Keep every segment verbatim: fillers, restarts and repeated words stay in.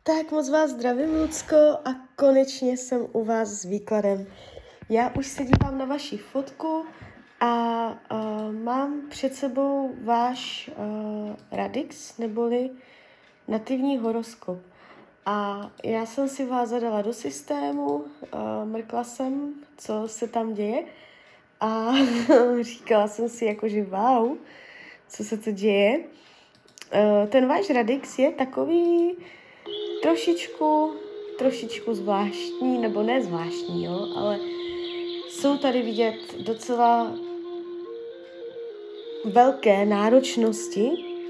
Tak moc vás zdravím, Lucko, a konečně jsem u vás s výkladem. Já už se dívám na vaši fotku a uh, mám před sebou váš uh, Radix, neboli nativní horoskop. A já jsem si vás zadala do systému, uh, mrkla jsem, co se tam děje a říkala jsem si jakože wow, co se to děje. Uh, ten váš Radix je takový trošičku, trošičku zvláštní, nebo ne zvláštní, jo, ale jsou tady vidět docela velké náročnosti,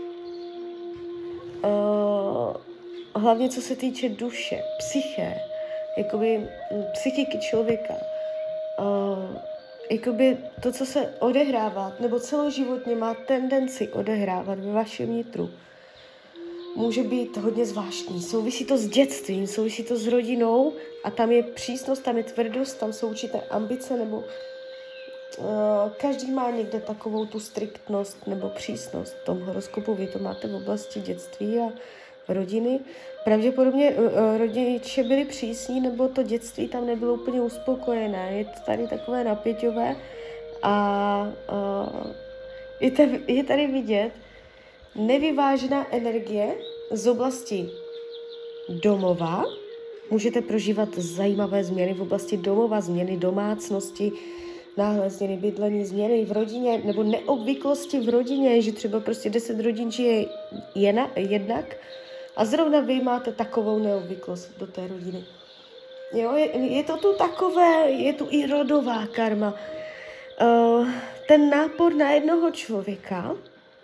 uh, hlavně co se týče duše, psyché, jakoby psychiky člověka, uh, jakoby to, co se odehrává, nebo celoživotně má tendenci odehrávat ve vašem nitru, může být hodně zvláštní. Souvisí to s dětstvím, souvisí to s rodinou a tam je přísnost, tam je tvrdost, tam jsou určité ambice, nebo uh, každý má někde takovou tu striktnost nebo přísnost v tom horoskopu. Vy to máte v oblasti dětství a rodiny. Pravděpodobně uh, rodiče byli přísní, nebo to dětství tam nebylo úplně uspokojené. Je to tady takové napěťové a uh, je, te, je tady vidět nevyvážená energie z oblasti domova. Můžete prožívat zajímavé změny v oblasti domova, změny domácnosti, náhle změny bydlení, změny v rodině, nebo neobvyklosti v rodině, že třeba prostě deset rodin žije jena, jednak a zrovna vy máte takovou neobvyklost do té rodiny. Jo, je, je to tu takové, je tu i rodová karma. Uh, ten nápor na jednoho člověka,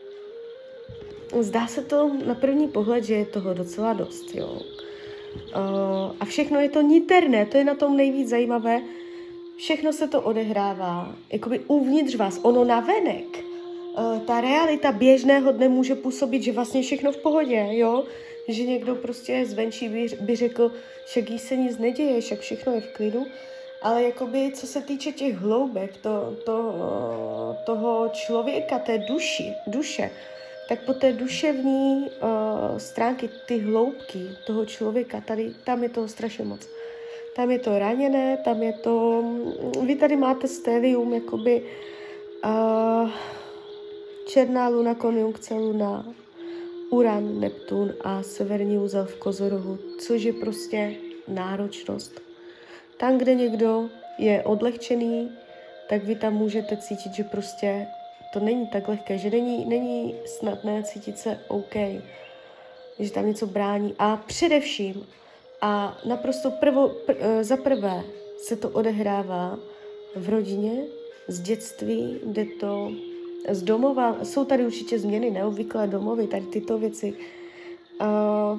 zdá se to na první pohled, že je toho docela dost, jo. Uh, a všechno je to niterné, to je na tom nejvíc zajímavé. Všechno se to odehrává, jakoby uvnitř vás, ono navenek. Uh, ta realita běžného dne může působit, že vlastně všechno v pohodě, jo. Že někdo prostě zvenčí by, by řekl, že jí se nic neděje, však všechno je v klidu. Ale jakoby, co se týče těch hloubek, to, to, toho člověka, té duši, duše, tak po té duševní uh, stránky, ty hloubky toho člověka, tady, tam je toho strašně moc. Tam je to raněné, tam je to... Vy tady máte stelium, jakoby uh, černá luna, konjunkce luna, Uran, Neptun a severní úzel v Kozorohu, což je prostě náročnost. Tam, kde někdo je odlehčený, tak vy tam můžete cítit, že prostě to není tak lehké, že není, není snadné cítit se OK, že tam něco brání. A především, a naprosto prvo, pr, za prvé se to odehrává v rodině, z dětství, kde to z domova, jsou tady určitě změny, neobvyklé domovy, tady tyto věci. Uh,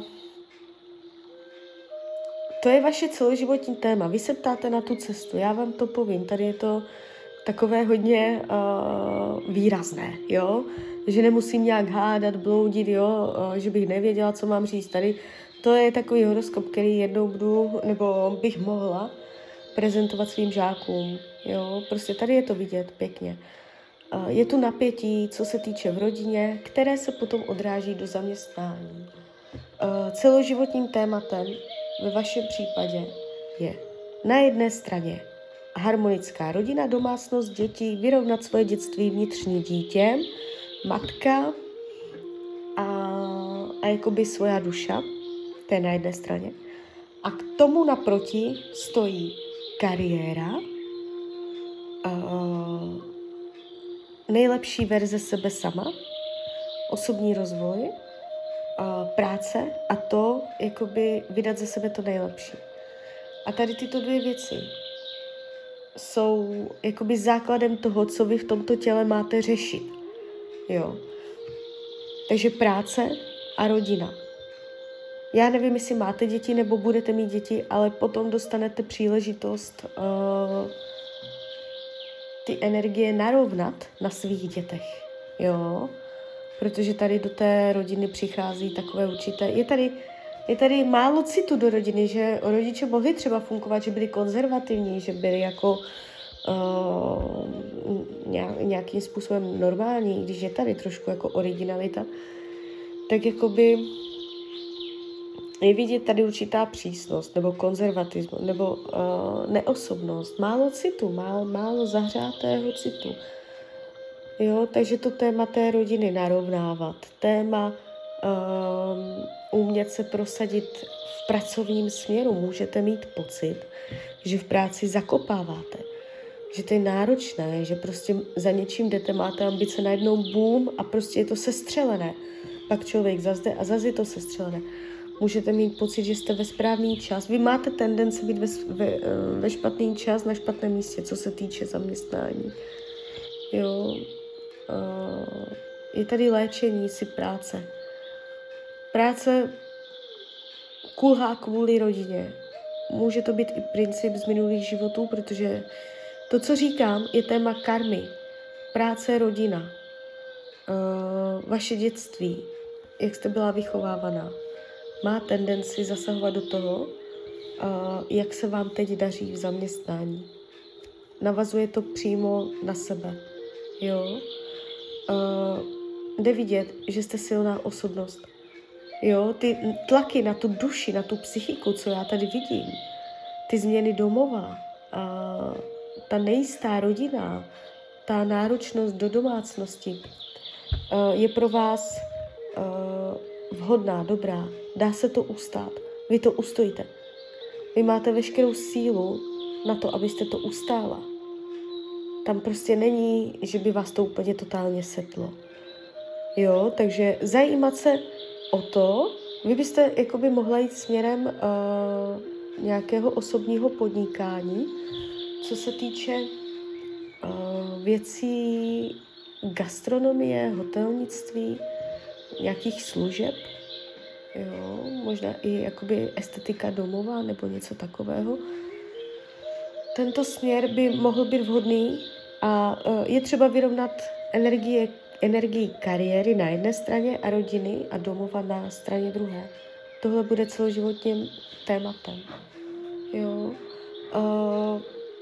to je vaše celoživotní téma. Vy se ptáte na tu cestu, já vám to povím, tady je to takové hodně uh, výrazné, jo, že nemusím nějak hádat, bloudit, jo, uh, že bych nevěděla, co mám říct tady. To je takový horoskop, který jednou budu, nebo bych mohla prezentovat svým žákům, jo, prostě tady je to vidět pěkně. Uh, je tu napětí, co se týče v rodině, které se potom odráží do zaměstnání. Uh, celoživotním tématem ve vašem případě je na jedné straně harmonická rodina, domácnost, děti, vyrovnat svoje dětství vnitřní dítě, matka a, a jakoby svoja duša, to je na jedné straně. A k tomu naproti stojí kariéra, uh, nejlepší verze sebe sama, osobní rozvoj, uh, práce a to, jakoby vydat ze sebe to nejlepší. A tady tyto dvě věci jsou jakoby základem toho, co vy v tomto těle máte řešit. Jo. Takže práce a rodina. Já nevím, jestli máte děti nebo budete mít děti, ale potom dostanete příležitost uh, ty energie narovnat na svých dětech. Jo. Protože tady do té rodiny přichází takové určité... Je tady, je tady málo citu do rodiny, že rodiče mohli třeba fungovat, že byli konzervativní, že byli jako uh, nějakým způsobem normální, když je tady trošku jako originalita, tak jakoby je vidět tady určitá přísnost, nebo konzervatismus, nebo uh, neosobnost, málo citu, málo, málo zahřátého citu. Jo, takže to téma té rodiny narovnávat, téma um, umět se prosadit v pracovním směru. Můžete mít pocit, že v práci zakopáváte, že to je náročné, že prostě za něčím jdete, máte ambice, najednou boom a prostě je to sestřelené. Pak člověk zazde a zase je to sestřelené. Můžete mít pocit, že jste ve správný čas. Vy máte tendenci být ve, ve, ve špatný čas na špatném místě, co se týče zaměstnání. Jo. Je tady léčení si práce. Práce kulhá kvůli rodině. Může to být i princip z minulých životů, protože to, co říkám, je téma karmy. Práce, rodina. Vaše dětství, jak jste byla vychovávaná, má tendenci zasahovat do toho, jak se vám teď daří v zaměstnání. Navazuje to přímo na sebe. Jo? Uh, jde vidět, že jste silná osobnost. Jo, ty tlaky na tu duši, na tu psychiku, co já tady vidím, ty změny domova, uh, ta nejistá rodina, ta náročnost do domácnosti uh, je pro vás uh, vhodná, dobrá. Dá se to ustát. Vy to ustojíte. Vy máte veškerou sílu na to, abyste to ustála. Tam prostě není, že by vás to úplně totálně setlo. Jo, takže zajímat se o to, vy byste jakoby mohla jít směrem uh, nějakého osobního podnikání, co se týče uh, věcí gastronomie, hotelnictví, nějakých služeb, jo, možná i jakoby estetika domová nebo něco takového. Tento směr by mohl být vhodný a uh, je třeba vyrovnat energie, energii kariéry na jedné straně a rodiny a domova na straně druhé. Tohle bude celoživotním tématem. Jo. Uh,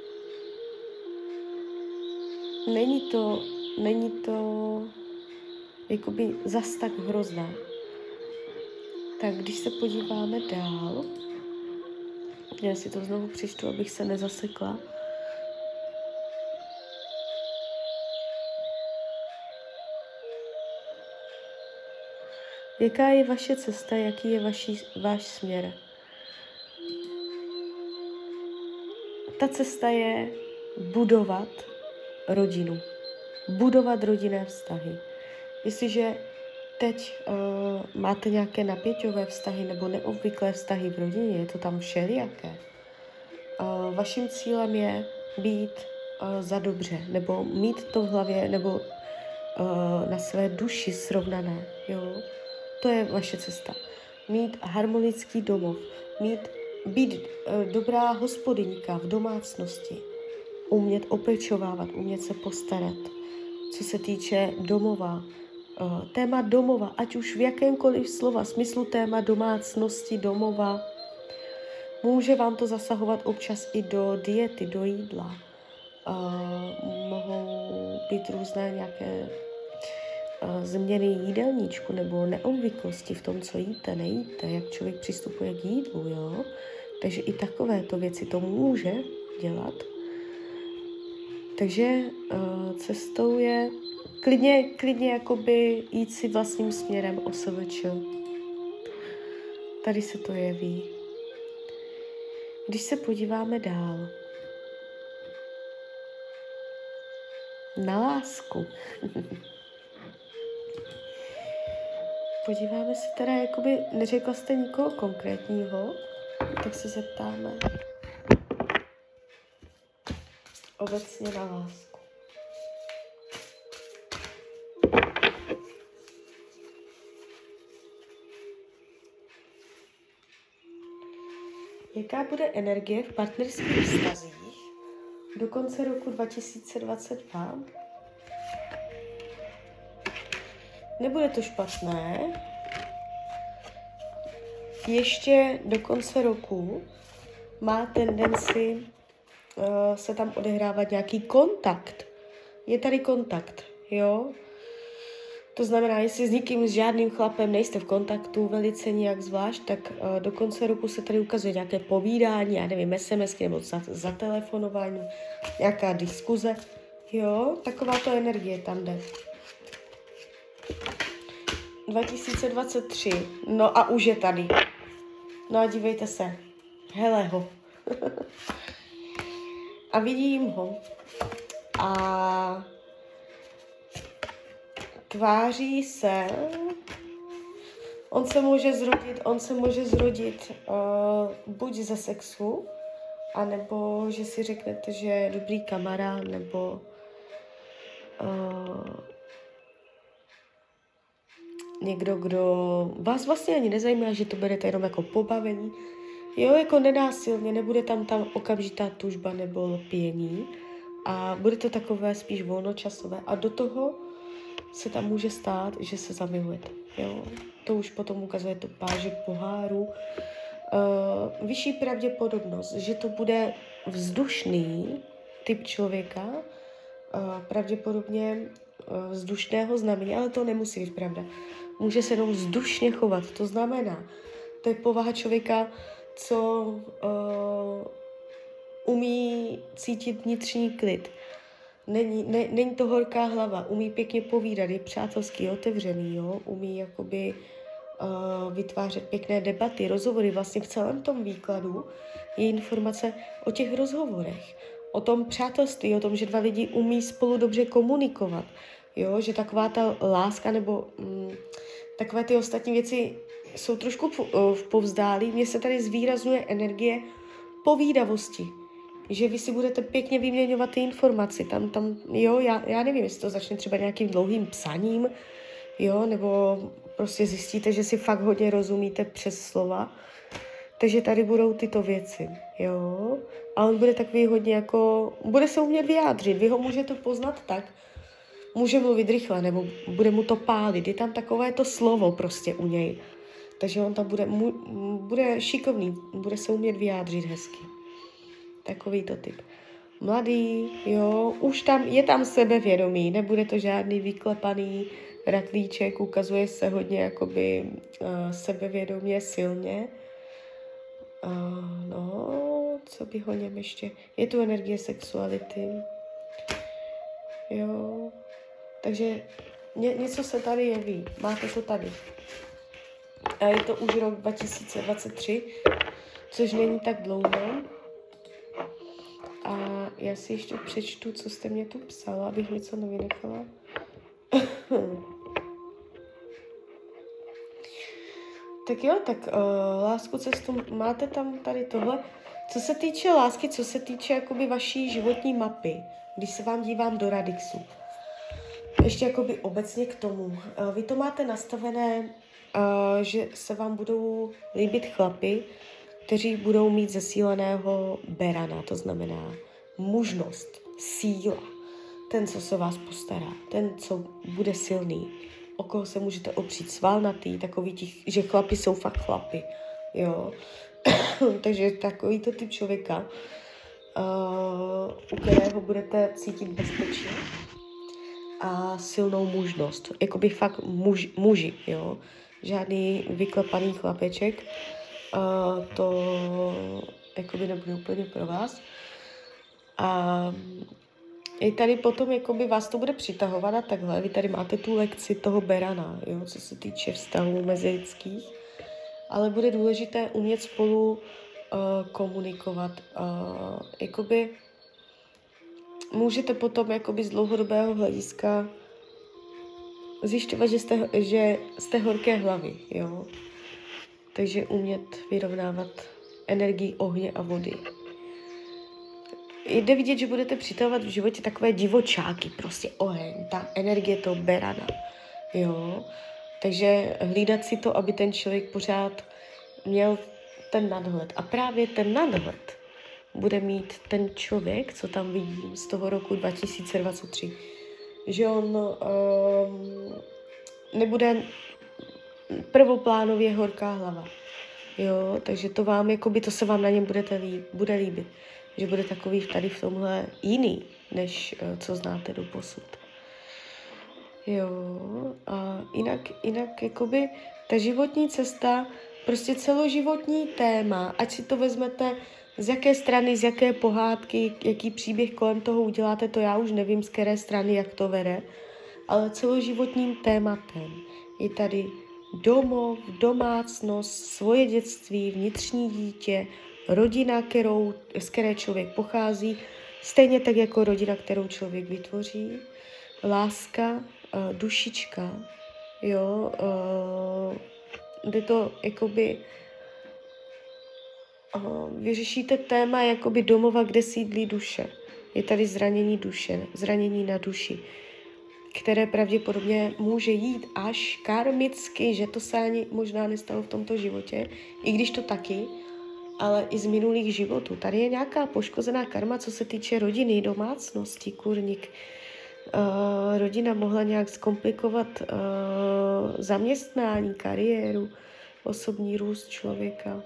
není to, není to jakoby zas tak hrozné. Tak když se podíváme dál, já si to znovu přečtu, abych se nezasekla. Jaká je vaše cesta, jaký je vaši, váš směr? Ta cesta je budovat rodinu. Budovat rodinné vztahy. Jestliže teď uh, máte nějaké napěťové vztahy nebo neobvyklé vztahy v rodině, je to tam všelijaké. Uh, vaším cílem je být uh, za dobře, nebo mít to v hlavě, nebo uh, na své duši srovnané. Jo? To je vaše cesta. Mít harmonický domov, mít, být uh, dobrá hospodyňka v domácnosti, umět opečovávat, umět se postarat. Co se týče domova, uh, téma domova, ať už v jakémkoliv slova smyslu téma domácnosti, domova, může vám to zasahovat občas i do diety, do jídla. Uh, mohou být různé nějaké uh, změny jídelníčku nebo neobvyklosti v tom, co jíte, nejíte, jak člověk přistupuje k jídlu, jo? Takže i takovéto věci to může dělat. Takže uh, cestou je klidně, klidně jakoby jít si vlastním směrem O S V Č. Tady se to jeví. Když se podíváme dál na lásku. Podíváme se teda, jakoby neřekla jste nikoho konkrétního, tak se zeptáme obecně na lásku. Jaká bude energie v partnerských vztazích do konce roku dva tisíce dvacet dva? Nebude to špatné. Ještě do konce roku má tendenci uh, se tam odehrávat nějaký kontakt. Je tady kontakt, jo? To znamená, jestli s nikým, s žádným chlapem nejste v kontaktu velice nijak zvlášť, tak uh, do konce roku se tady ukazuje nějaké povídání, já nevím, SMSky nebo za, zatelefonování, nějaká diskuze. Jo, taková to energie tam jde. dva tisíce dvacet tři, no a už je tady. No a dívejte se, hele ho. A vidím ho. A tváří se, on se může zrodit, on se může zrodit uh, buď ze sexu, anebo že si řeknete, že je dobrý kamarád, nebo uh, někdo, kdo vás vlastně ani nezajímá, že to berete jenom jako pobavení. Jo, jako nenásilně, nebude tam tam okamžitá tužba nebo lpění a bude to takové spíš volnočasové a do toho se tam může stát, že se zamilujete. Jo? To už potom ukazuje to pážek poháru. Uh, vyšší pravděpodobnost, že to bude vzdušný typ člověka, uh, pravděpodobně uh, vzdušného znamení, ale to nemusí být pravda. Může se jenom vzdušně chovat, to znamená, to je povaha člověka, co uh, umí cítit vnitřní klid. Není, ne, není to horká hlava, umí pěkně povídat, je přátelský, otevřený, jo? Umí jakoby uh, vytvářet pěkné debaty, rozhovory. Vlastně v celém tom výkladu je informace o těch rozhovorech, o tom přátelství, o tom, že dva lidi umí spolu dobře komunikovat, jo? Že taková ta láska nebo mm, takové ty ostatní věci jsou trošku v, v povzdálí. Mně se tady zvýrazňuje energie povídavosti, že vy si budete pěkně vyměňovat ty informace. Tam, tam, jo, já, já nevím, jestli to začne třeba nějakým dlouhým psaním, jo, nebo prostě zjistíte, že si fakt hodně rozumíte přes slova. Takže tady budou tyto věci, jo. A on bude takový hodně jako, bude se umět vyjádřit. Vy ho můžete poznat tak, může mluvit rychle, nebo bude mu to pálit. Je tam takové to slovo prostě u něj. Takže on tam bude, mu, bude šikovný, bude se umět vyjádřit hezky. Takový to typ. Mladý, jo, už tam, je tam sebevědomí, nebude to žádný vyklepaný ratlíček, ukazuje se hodně jakoby uh, sebevědomě, silně. Uh, no, co by ho něm ještě, je tu energie sexuality, jo, takže ně, něco se tady jeví, máte to tady. A je to už rok dva tisíce dvacet tři, což není tak dlouho. A já si ještě přečtu, co jste mě tu psala, abych něco nevynechala. Tak jo, tak uh, lásku, cestu, máte tam tady tohle. Co se týče lásky, co se týče jakoby vaší životní mapy, když se vám dívám do Radixu, ještě jakoby obecně k tomu. Uh, vy to máte nastavené, uh, že se vám budou líbit chlapy, kteří budou mít zesíleného berana, to znamená mužnost, síla, ten, co se vás postará, ten, co bude silný, o koho se můžete opřít, svalnatý, takový těch, že chlapi jsou fakt chlapi, jo. Takže takový to typ člověka, uh, u kterého budete cítit bezpečí a silnou mužnost, jakoby fakt muž, muži, jo. Žádný vyklepaný chlapeček, uh, to jakoby nebude úplně pro vás. A i tady potom jakoby vás to bude přitahovat a takhle. Vy tady máte tu lekci toho berana, jo, co se týče vztahů mezilidských. Ale bude důležité umět spolu uh, komunikovat. Uh, jakoby můžete potom jakoby z dlouhodobého hlediska zjišťovat, že jste, že jste horké hlavy, jo. Takže umět vyrovnávat energii ohně a vody. Jde vidět, že budete přitahovat v životě takové divočáky, prostě oheň, ta energie toho berana, jo. Takže hlídat si to, aby ten člověk pořád měl ten nadhled. A právě ten nadhled bude mít ten člověk, co tam vidím z toho roku dva tisíce dvacet tři. Že on um, nebude prvoplánově horká hlava. Jo, takže to vám, jakoby to se vám na něm budete líb, bude líbit. Že bude takový tady v tomhle jiný, než co znáte doposud. Jo, a jinak, jinak jakoby ta životní cesta, prostě celoživotní téma, ať si to vezmete z jaké strany, z jaké pohádky, jaký příběh kolem toho uděláte, to já už nevím, z které strany, jak to vede, ale celoživotním tématem je tady domov, domácnost, svoje dětství, vnitřní dítě, rodina, kterou, z které člověk pochází, stejně tak jako rodina, kterou člověk vytvoří, láska, uh, dušička, jo, uh, kde to jakoby uh, vyřešíte téma jakoby domova, kde sídlí duše. Je tady zranění duše, zranění na duši, které pravděpodobně může jít až karmicky, že to se ani možná nestalo v tomto životě, i když to taky, ale i z minulých životů. Tady je nějaká poškozená karma, co se týče rodiny, domácnosti, kurník. Uh, rodina mohla nějak zkomplikovat uh, zaměstnání, kariéru, osobní růst člověka.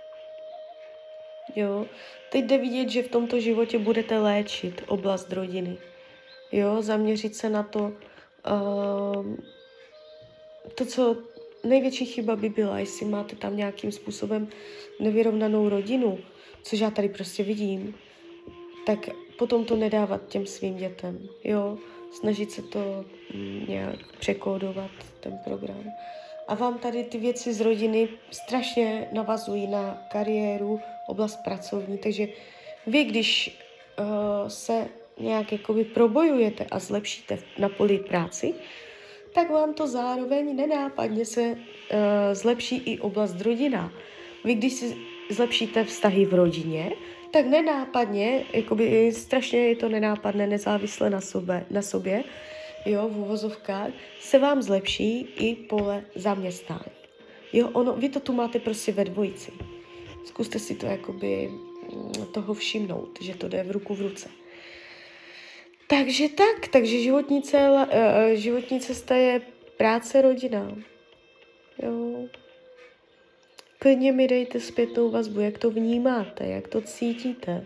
Jo, teď jde vidět, že v tomto životě budete léčit oblast rodiny. Jo, zaměřit se na to, uh, to, co největší chyba by byla, jestli máte tam nějakým způsobem nevyrovnanou rodinu, což já tady prostě vidím, tak potom to nedávat těm svým dětem, jo, snažit se to mm, nějak překódovat, ten program. A vám tady ty věci z rodiny strašně navazují na kariéru, oblast pracovní, takže vy, když uh, se nějak jakoby probojujete a zlepšíte na poli práci, tak vám to zároveň nenápadně se uh, zlepší i oblast rodina. Vy, když si zlepšíte vztahy v rodině, tak nenápadně, jakoby strašně je to nenápadné, nezávisle na, sobe, na sobě, jo, v uvozovkách, se vám zlepší i pole zaměstnání. Jo, ono, vy to tu máte prostě ve dvojici. Zkuste si to jakoby toho všimnout, že to jde v ruku v ruce. Takže tak, takže životní, cela, uh, životní cesta je práce, rodina. Jo. Klidně mi dejte zpětnou vazbu, jak to vnímáte, jak to cítíte.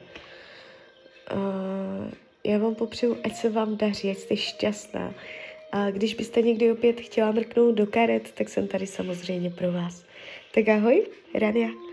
Uh, já vám popřeju, ať se vám daří, ať jste šťastná. A když byste někdy opět chtěla mrknout do karet, tak jsem tady samozřejmě pro vás. Tak ahoj, Rania.